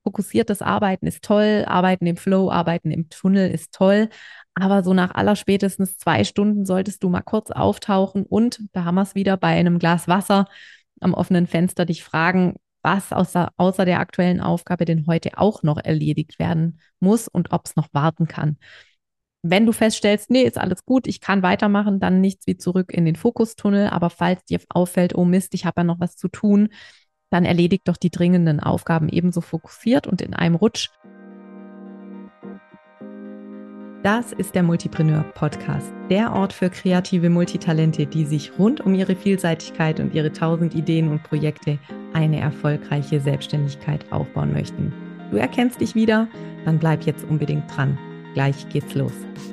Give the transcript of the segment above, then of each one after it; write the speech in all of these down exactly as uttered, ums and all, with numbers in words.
fokussiertes Arbeiten ist toll, Arbeiten im Flow, Arbeiten im Tunnel ist toll, aber so nach allerspätestens zwei Stunden solltest du mal kurz auftauchen und, da haben wir es wieder, bei einem Glas Wasser am offenen Fenster dich fragen, was außer, außer der aktuellen Aufgabe denn heute auch noch erledigt werden muss und ob es noch warten kann. Wenn du feststellst, nee, ist alles gut, ich kann weitermachen, dann nichts wie zurück in den Fokustunnel. Aber falls dir auffällt, oh Mist, ich habe ja noch was zu tun, dann erledigt doch die dringenden Aufgaben ebenso fokussiert und in einem Rutsch. Das ist der Multipreneur Podcast, der Ort für kreative Multitalente, die sich rund um ihre Vielseitigkeit und ihre tausend Ideen und Projekte eine erfolgreiche Selbstständigkeit aufbauen möchten. Du erkennst dich wieder? Dann bleib jetzt unbedingt dran. Gleich geht's los.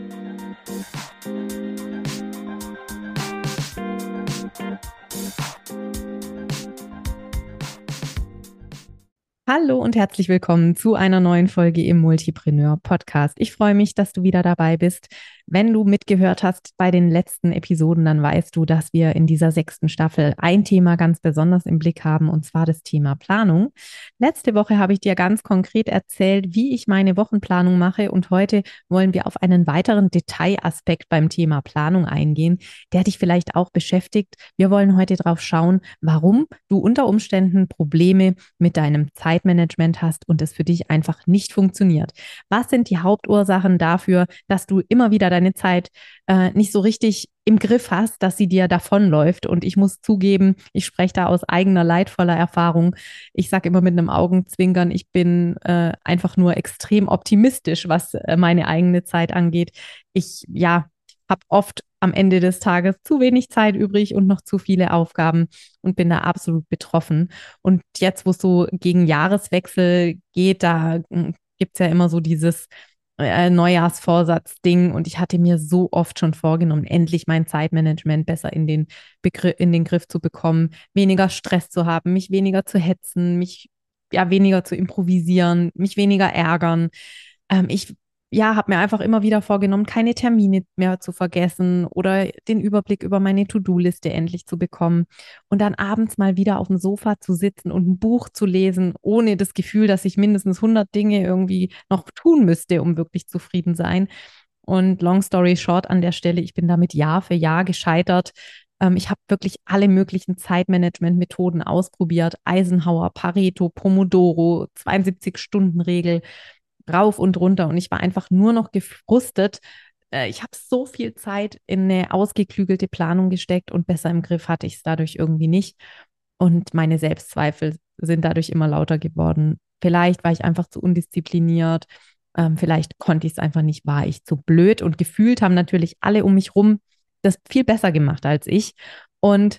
Hallo und herzlich willkommen zu einer neuen Folge im Multipreneur Podcast. Ich freue mich, dass du wieder dabei bist. Wenn du mitgehört hast bei den letzten Episoden, dann weißt du, dass wir in dieser sechsten Staffel ein Thema ganz besonders im Blick haben, und zwar das Thema Planung. Letzte Woche habe ich dir ganz konkret erzählt, wie ich meine Wochenplanung mache, und heute wollen wir auf einen weiteren Detailaspekt beim Thema Planung eingehen, der dich vielleicht auch beschäftigt. Wir wollen heute drauf schauen, warum du unter Umständen Probleme mit deinem Zeitmanagement hast und es für dich einfach nicht funktioniert. Was sind die Hauptursachen dafür, dass du immer wieder deine Zeit äh, nicht so richtig im Griff hast, dass sie dir davonläuft? Und ich muss zugeben, ich spreche da aus eigener leidvoller Erfahrung. Ich sage immer mit einem Augenzwinkern, ich bin äh, einfach nur extrem optimistisch, was äh, meine eigene Zeit angeht. Ich, ja, habe oft am Ende des Tages zu wenig Zeit übrig und noch zu viele Aufgaben und bin da absolut betroffen. Und jetzt, wo es so gegen Jahreswechsel geht, da gibt es ja immer so dieses äh, Neujahrsvorsatz-Ding, und ich hatte mir so oft schon vorgenommen, endlich mein Zeitmanagement besser in den, Begr in den Griff zu bekommen, weniger Stress zu haben, mich weniger zu hetzen, mich ja weniger zu improvisieren, mich weniger ärgern. Ähm, ich ja, habe mir einfach immer wieder vorgenommen, keine Termine mehr zu vergessen oder den Überblick über meine To-Do-Liste endlich zu bekommen und dann abends mal wieder auf dem Sofa zu sitzen und ein Buch zu lesen, ohne das Gefühl, dass ich mindestens hundert Dinge irgendwie noch tun müsste, um wirklich zufrieden sein. Und long story short an der Stelle, ich bin damit Jahr für Jahr gescheitert. Ähm, ich habe wirklich alle möglichen Zeitmanagement-Methoden ausprobiert. Eisenhower, Pareto, Pomodoro, zweiundsiebzig-Stunden-Regel, rauf und runter. Und ich war einfach nur noch gefrustet. Äh, Ich habe so viel Zeit in eine ausgeklügelte Planung gesteckt und besser im Griff hatte ich es dadurch irgendwie nicht. Und meine Selbstzweifel sind dadurch immer lauter geworden. Vielleicht war ich einfach zu undiszipliniert. Ähm, vielleicht konnte ich es einfach nicht, war ich zu blöd. Und gefühlt haben natürlich alle um mich rum das viel besser gemacht als ich. Und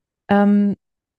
ähm,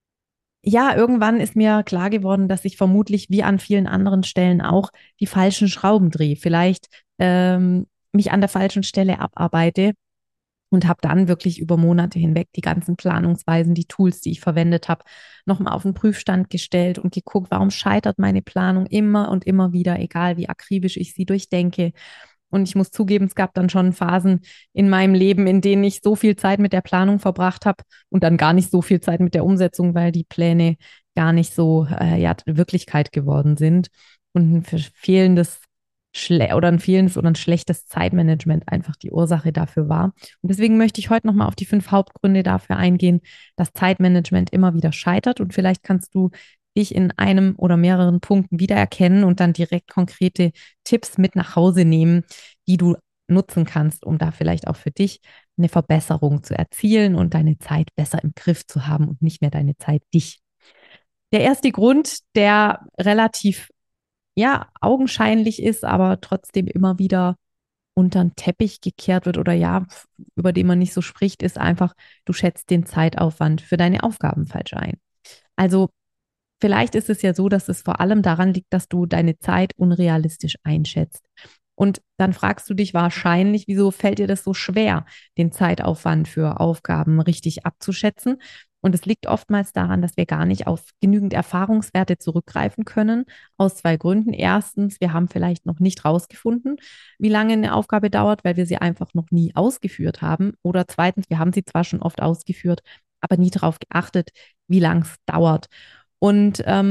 ja, irgendwann ist mir klar geworden, dass ich vermutlich wie an vielen anderen Stellen auch die falschen Schrauben drehe. Vielleicht ähm, mich an der falschen Stelle abarbeite, und habe dann wirklich über Monate hinweg die ganzen Planungsweisen, die Tools, die ich verwendet habe, nochmal auf den Prüfstand gestellt und geguckt, warum scheitert meine Planung immer und immer wieder, egal wie akribisch ich sie durchdenke. Und ich muss zugeben, es gab dann schon Phasen in meinem Leben, in denen ich so viel Zeit mit der Planung verbracht habe und dann gar nicht so viel Zeit mit der Umsetzung, weil die Pläne gar nicht so äh, ja, Wirklichkeit geworden sind. Und ein fehlendes Schle oder ein fehlendes oder ein schlechtes Zeitmanagement einfach die Ursache dafür war. Und deswegen möchte ich heute nochmal auf die fünf Hauptgründe dafür eingehen, dass Zeitmanagement immer wieder scheitert. Und vielleicht kannst du dich in einem oder mehreren Punkten wiedererkennen und dann direkt konkrete Tipps mit nach Hause nehmen, die du nutzen kannst, um da vielleicht auch für dich eine Verbesserung zu erzielen und deine Zeit besser im Griff zu haben und nicht mehr deine Zeit dich. Der erste Grund, der relativ ja augenscheinlich ist, aber trotzdem immer wieder unter den Teppich gekehrt wird oder ja, über den man nicht so spricht, ist einfach, du schätzt den Zeitaufwand für deine Aufgaben falsch ein. Also vielleicht ist es ja so, dass es vor allem daran liegt, dass du deine Zeit unrealistisch einschätzt. Und dann fragst du dich wahrscheinlich, wieso fällt dir das so schwer, den Zeitaufwand für Aufgaben richtig abzuschätzen? Und es liegt oftmals daran, dass wir gar nicht auf genügend Erfahrungswerte zurückgreifen können, aus zwei Gründen. Erstens, wir haben vielleicht noch nicht rausgefunden, wie lange eine Aufgabe dauert, weil wir sie einfach noch nie ausgeführt haben. Oder zweitens, wir haben sie zwar schon oft ausgeführt, aber nie darauf geachtet, wie lang es dauert. Und ähm,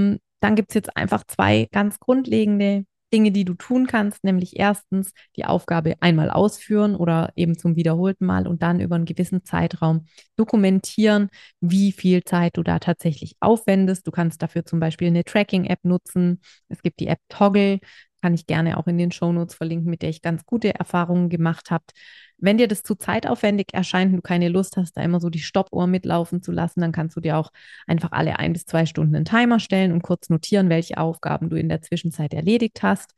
dann gibt es jetzt einfach zwei ganz grundlegende Dinge, die du tun kannst, nämlich erstens die Aufgabe einmal ausführen oder eben zum wiederholten Mal und dann über einen gewissen Zeitraum dokumentieren, wie viel Zeit du da tatsächlich aufwendest. Du kannst dafür zum Beispiel eine Tracking-App nutzen. Es gibt die App Toggl, kann ich gerne auch in den Shownotes verlinken, mit der ich ganz gute Erfahrungen gemacht habe. Wenn dir das zu zeitaufwendig erscheint und du keine Lust hast, da immer so die Stoppuhr mitlaufen zu lassen, dann kannst du dir auch einfach alle ein bis zwei Stunden einen Timer stellen und kurz notieren, welche Aufgaben du in der Zwischenzeit erledigt hast.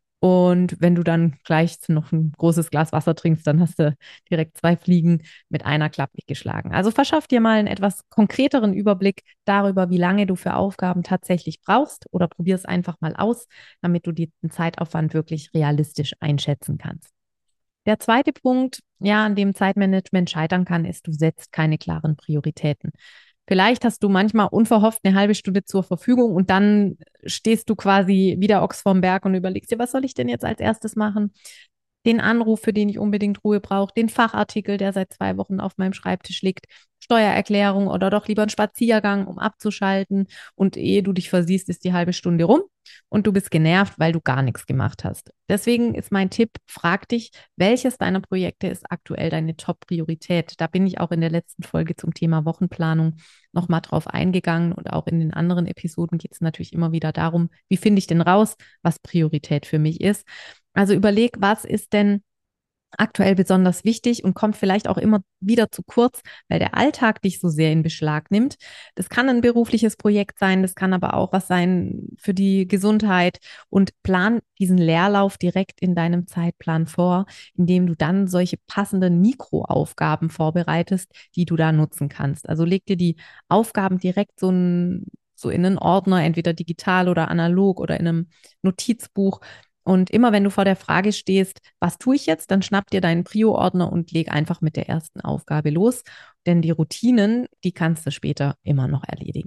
Und wenn du dann gleich noch ein großes Glas Wasser trinkst, dann hast du direkt zwei Fliegen mit einer Klappe geschlagen. Also verschaff dir mal einen etwas konkreteren Überblick darüber, wie lange du für Aufgaben tatsächlich brauchst oder probier es einfach mal aus, damit du den Zeitaufwand wirklich realistisch einschätzen kannst. Der zweite Punkt, ja, an dem Zeitmanagement scheitern kann, ist, du setzt keine klaren Prioritäten. Vielleicht hast du manchmal unverhofft eine halbe Stunde zur Verfügung und dann stehst du quasi wieder Ochs vorm Berg und überlegst dir, was soll ich denn jetzt als erstes machen? Den Anruf, für den ich unbedingt Ruhe brauche, den Fachartikel, der seit zwei Wochen auf meinem Schreibtisch liegt, Steuererklärung oder doch lieber einen Spaziergang, um abzuschalten. Und ehe du dich versiehst, ist die halbe Stunde rum und du bist genervt, weil du gar nichts gemacht hast. Deswegen ist mein Tipp, frag dich, welches deiner Projekte ist aktuell deine Top-Priorität? Da bin ich auch in der letzten Folge zum Thema Wochenplanung nochmal drauf eingegangen und auch in den anderen Episoden geht es natürlich immer wieder darum, wie finde ich denn raus, was Priorität für mich ist. Also überleg, was ist denn aktuell besonders wichtig und kommt vielleicht auch immer wieder zu kurz, weil der Alltag dich so sehr in Beschlag nimmt. Das kann ein berufliches Projekt sein, das kann aber auch was sein für die Gesundheit und plan diesen Leerlauf direkt in deinem Zeitplan vor, indem du dann solche passenden Mikroaufgaben vorbereitest, die du da nutzen kannst. Also leg dir die Aufgaben direkt so ein so in einen Ordner, entweder digital oder analog oder in einem Notizbuch, und immer wenn du vor der Frage stehst, was tue ich jetzt, dann schnapp dir deinen Prio-Ordner und leg einfach mit der ersten Aufgabe los. Denn die Routinen, die kannst du später immer noch erledigen.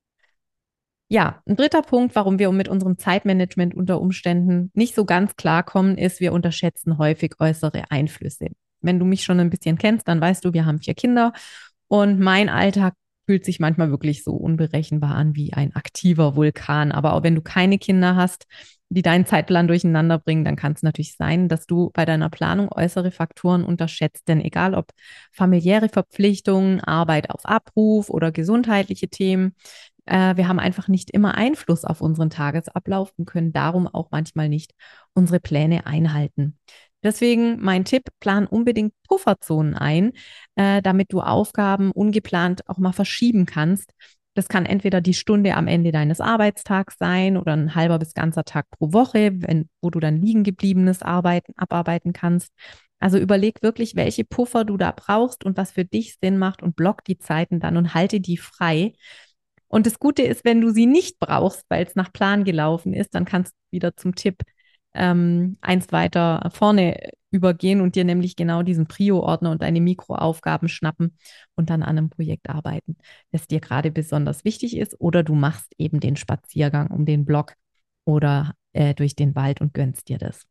Ja, ein dritter Punkt, warum wir mit unserem Zeitmanagement unter Umständen nicht so ganz klarkommen, ist, wir unterschätzen häufig äußere Einflüsse. Wenn du mich schon ein bisschen kennst, dann weißt du, wir haben vier Kinder und mein Alltag fühlt sich manchmal wirklich so unberechenbar an wie ein aktiver Vulkan. Aber auch wenn du keine Kinder hast, die deinen Zeitplan durcheinander bringen, dann kann es natürlich sein, dass du bei deiner Planung äußere Faktoren unterschätzt. Denn egal ob familiäre Verpflichtungen, Arbeit auf Abruf oder gesundheitliche Themen, äh, wir haben einfach nicht immer Einfluss auf unseren Tagesablauf und können darum auch manchmal nicht unsere Pläne einhalten. Deswegen mein Tipp, plan unbedingt Pufferzonen ein, äh, damit du Aufgaben ungeplant auch mal verschieben kannst. Das kann entweder die Stunde am Ende deines Arbeitstags sein oder ein halber bis ganzer Tag pro Woche, wenn, wo du dann liegen gebliebenes Arbeiten abarbeiten kannst. Also überleg wirklich, welche Puffer du da brauchst und was für dich Sinn macht und block die Zeiten dann und halte die frei. Und das Gute ist, wenn du sie nicht brauchst, weil es nach Plan gelaufen ist, dann kannst du wieder zum Tipp ähm, eins weiter vorne übergehen und dir nämlich genau diesen Prio-Ordner und deine Mikroaufgaben schnappen und dann an einem Projekt arbeiten, das dir gerade besonders wichtig ist. Oder du machst eben den Spaziergang um den Block oder äh, durch den Wald und gönnst dir das.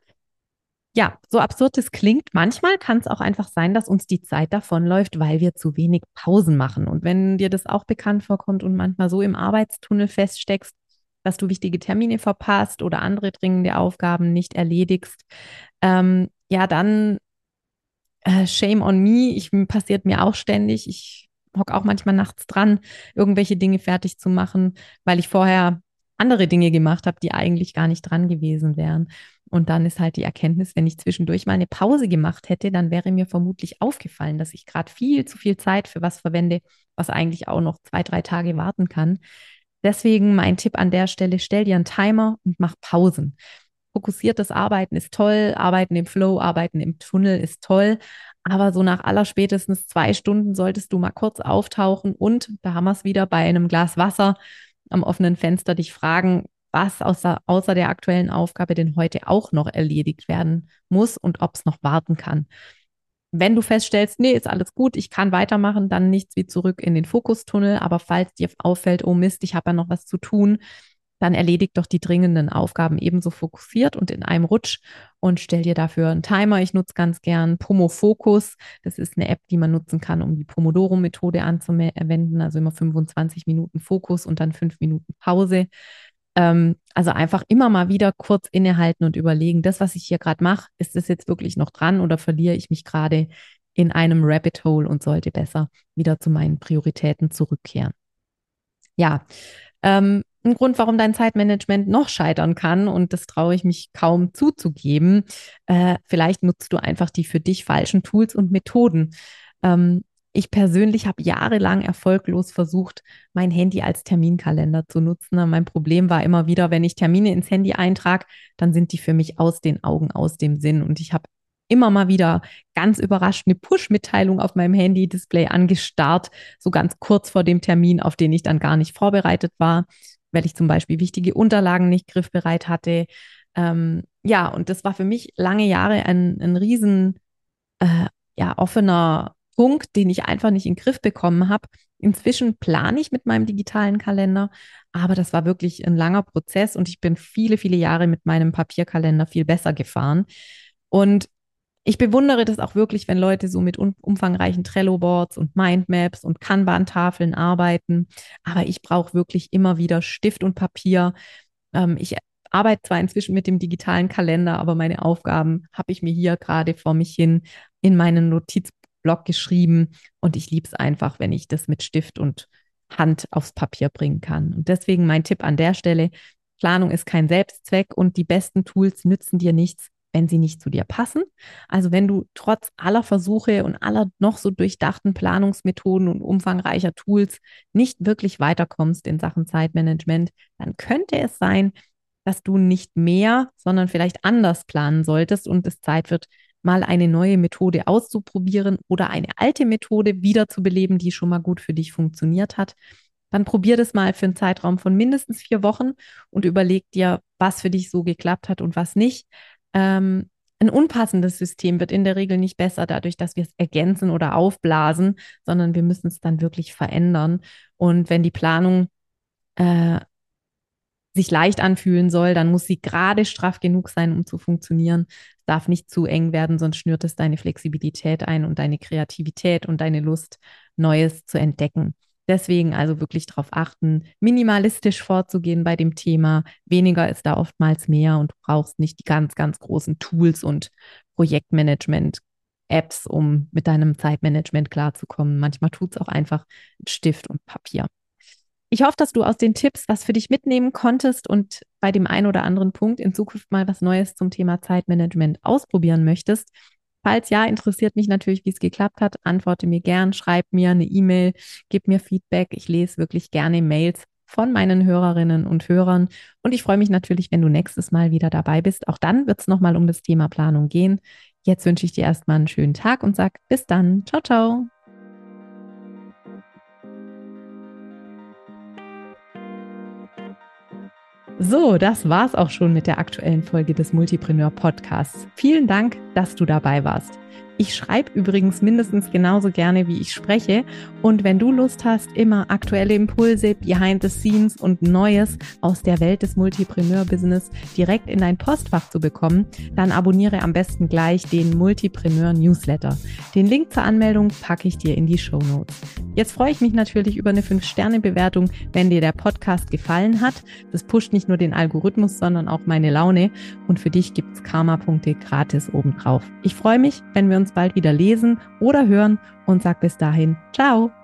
Ja, so absurd es klingt, manchmal kann es auch einfach sein, dass uns die Zeit davonläuft, weil wir zu wenig Pausen machen. Und wenn dir das auch bekannt vorkommt und manchmal so im Arbeitstunnel feststeckst, dass du wichtige Termine verpasst oder andere dringende Aufgaben nicht erledigst, ähm, ja, dann äh, shame on me. Ich, passiert mir auch ständig. Ich hocke auch manchmal nachts dran, irgendwelche Dinge fertig zu machen, weil ich vorher andere Dinge gemacht habe, die eigentlich gar nicht dran gewesen wären. Und dann ist halt die Erkenntnis, wenn ich zwischendurch mal eine Pause gemacht hätte, dann wäre mir vermutlich aufgefallen, dass ich gerade viel zu viel Zeit für was verwende, was eigentlich auch noch zwei, drei Tage warten kann. Deswegen mein Tipp an der Stelle, stell dir einen Timer und mach Pausen. Fokussiertes Arbeiten ist toll, Arbeiten im Flow, Arbeiten im Tunnel ist toll, aber so nach allerspätestens zwei Stunden solltest du mal kurz auftauchen und, da haben wir es wieder, bei einem Glas Wasser am offenen Fenster dich fragen, was außer, außer der aktuellen Aufgabe denn heute auch noch erledigt werden muss und ob es noch warten kann. Wenn du feststellst, nee, ist alles gut, ich kann weitermachen, dann nichts wie zurück in den Fokustunnel. Aber falls dir auffällt, oh Mist, ich habe ja noch was zu tun, dann erledigt doch die dringenden Aufgaben ebenso fokussiert und in einem Rutsch und stell dir dafür einen Timer. Ich nutze ganz gern Pomofocus. Das ist eine App, die man nutzen kann, um die Pomodoro-Methode anzuwenden. Also immer fünfundzwanzig Minuten Fokus und dann fünf Minuten Pause. Ähm, also einfach immer mal wieder kurz innehalten und überlegen, das, was ich hier gerade mache, ist das jetzt wirklich noch dran oder verliere ich mich gerade in einem Rabbit Hole und sollte besser wieder zu meinen Prioritäten zurückkehren. Ja, ähm, ein Grund, warum dein Zeitmanagement noch scheitern kann, und das traue ich mich kaum zuzugeben. Äh, vielleicht nutzt du einfach die für dich falschen Tools und Methoden. Ähm, ich persönlich habe jahrelang erfolglos versucht, mein Handy als Terminkalender zu nutzen. Mein Problem war immer wieder, wenn ich Termine ins Handy eintrage, dann sind die für mich aus den Augen, aus dem Sinn. Und ich habe immer mal wieder ganz überrascht eine Push-Mitteilung auf meinem Handy-Display angestarrt, so ganz kurz vor dem Termin, auf den ich dann gar nicht vorbereitet war, weil ich zum Beispiel wichtige Unterlagen nicht griffbereit hatte. Ähm, ja, und das war für mich lange Jahre ein, ein riesen, äh, ja, offener Punkt, den ich einfach nicht in den Griff bekommen habe. Inzwischen plane ich mit meinem digitalen Kalender, aber das war wirklich ein langer Prozess und ich bin viele, viele Jahre mit meinem Papierkalender viel besser gefahren. Und ich bewundere das auch wirklich, wenn Leute so mit um, umfangreichen Trello-Boards und Mindmaps und Kanban-Tafeln arbeiten. Aber ich brauche wirklich immer wieder Stift und Papier. Ähm, ich arbeite zwar inzwischen mit dem digitalen Kalender, aber meine Aufgaben habe ich mir hier gerade vor mich hin in meinen Notizblock geschrieben. Und ich liebe es einfach, wenn ich das mit Stift und Hand aufs Papier bringen kann. Und deswegen mein Tipp an der Stelle: Planung ist kein Selbstzweck und die besten Tools nützen dir nichts, wenn sie nicht zu dir passen. Also wenn du trotz aller Versuche und aller noch so durchdachten Planungsmethoden und umfangreicher Tools nicht wirklich weiterkommst in Sachen Zeitmanagement, dann könnte es sein, dass du nicht mehr, sondern vielleicht anders planen solltest und es Zeit wird, mal eine neue Methode auszuprobieren oder eine alte Methode wiederzubeleben, die schon mal gut für dich funktioniert hat. Dann probier das mal für einen Zeitraum von mindestens vier Wochen und überleg dir, was für dich so geklappt hat und was nicht. Ähm, ein unpassendes System wird in der Regel nicht besser dadurch, dass wir es ergänzen oder aufblasen, sondern wir müssen es dann wirklich verändern. Und wenn die Planung äh, sich leicht anfühlen soll, dann muss sie gerade straff genug sein, um zu funktionieren. Es darf nicht zu eng werden, sonst schnürt es deine Flexibilität ein und deine Kreativität und deine Lust, Neues zu entdecken. Deswegen also wirklich darauf achten, minimalistisch vorzugehen bei dem Thema. Weniger ist da oftmals mehr und du brauchst nicht die ganz, ganz großen Tools und Projektmanagement-Apps, um mit deinem Zeitmanagement klarzukommen. Manchmal tut es auch einfach Stift und Papier. Ich hoffe, dass du aus den Tipps was für dich mitnehmen konntest und bei dem einen oder anderen Punkt in Zukunft mal was Neues zum Thema Zeitmanagement ausprobieren möchtest. Falls ja, interessiert mich natürlich, wie es geklappt hat. Antworte mir gern, schreib mir eine E-Mail, gib mir Feedback. Ich lese wirklich gerne Mails von meinen Hörerinnen und Hörern. Und ich freue mich natürlich, wenn du nächstes Mal wieder dabei bist. Auch dann wird es nochmal um das Thema Planung gehen. Jetzt wünsche ich dir erstmal einen schönen Tag und sag bis dann. Ciao, ciao. So, das war's auch schon mit der aktuellen Folge des Multipreneur Podcasts. Vielen Dank, dass du dabei warst. Ich schreibe übrigens mindestens genauso gerne, wie ich spreche. Und wenn du Lust hast, immer aktuelle Impulse, Behind the Scenes und Neues aus der Welt des Multipreneur-Business direkt in dein Postfach zu bekommen, dann abonniere am besten gleich den Multipreneur Newsletter. Den Link zur Anmeldung packe ich dir in die Shownotes. Jetzt freue ich mich natürlich über eine fünf Sterne Bewertung, wenn dir der Podcast gefallen hat. Das pusht nicht nur den Algorithmus, sondern auch meine Laune. Und für dich gibt's Karma-Punkte gratis obendrauf. Ich freue mich, wenn wir uns bald wieder lesen oder hören und sag bis dahin, ciao.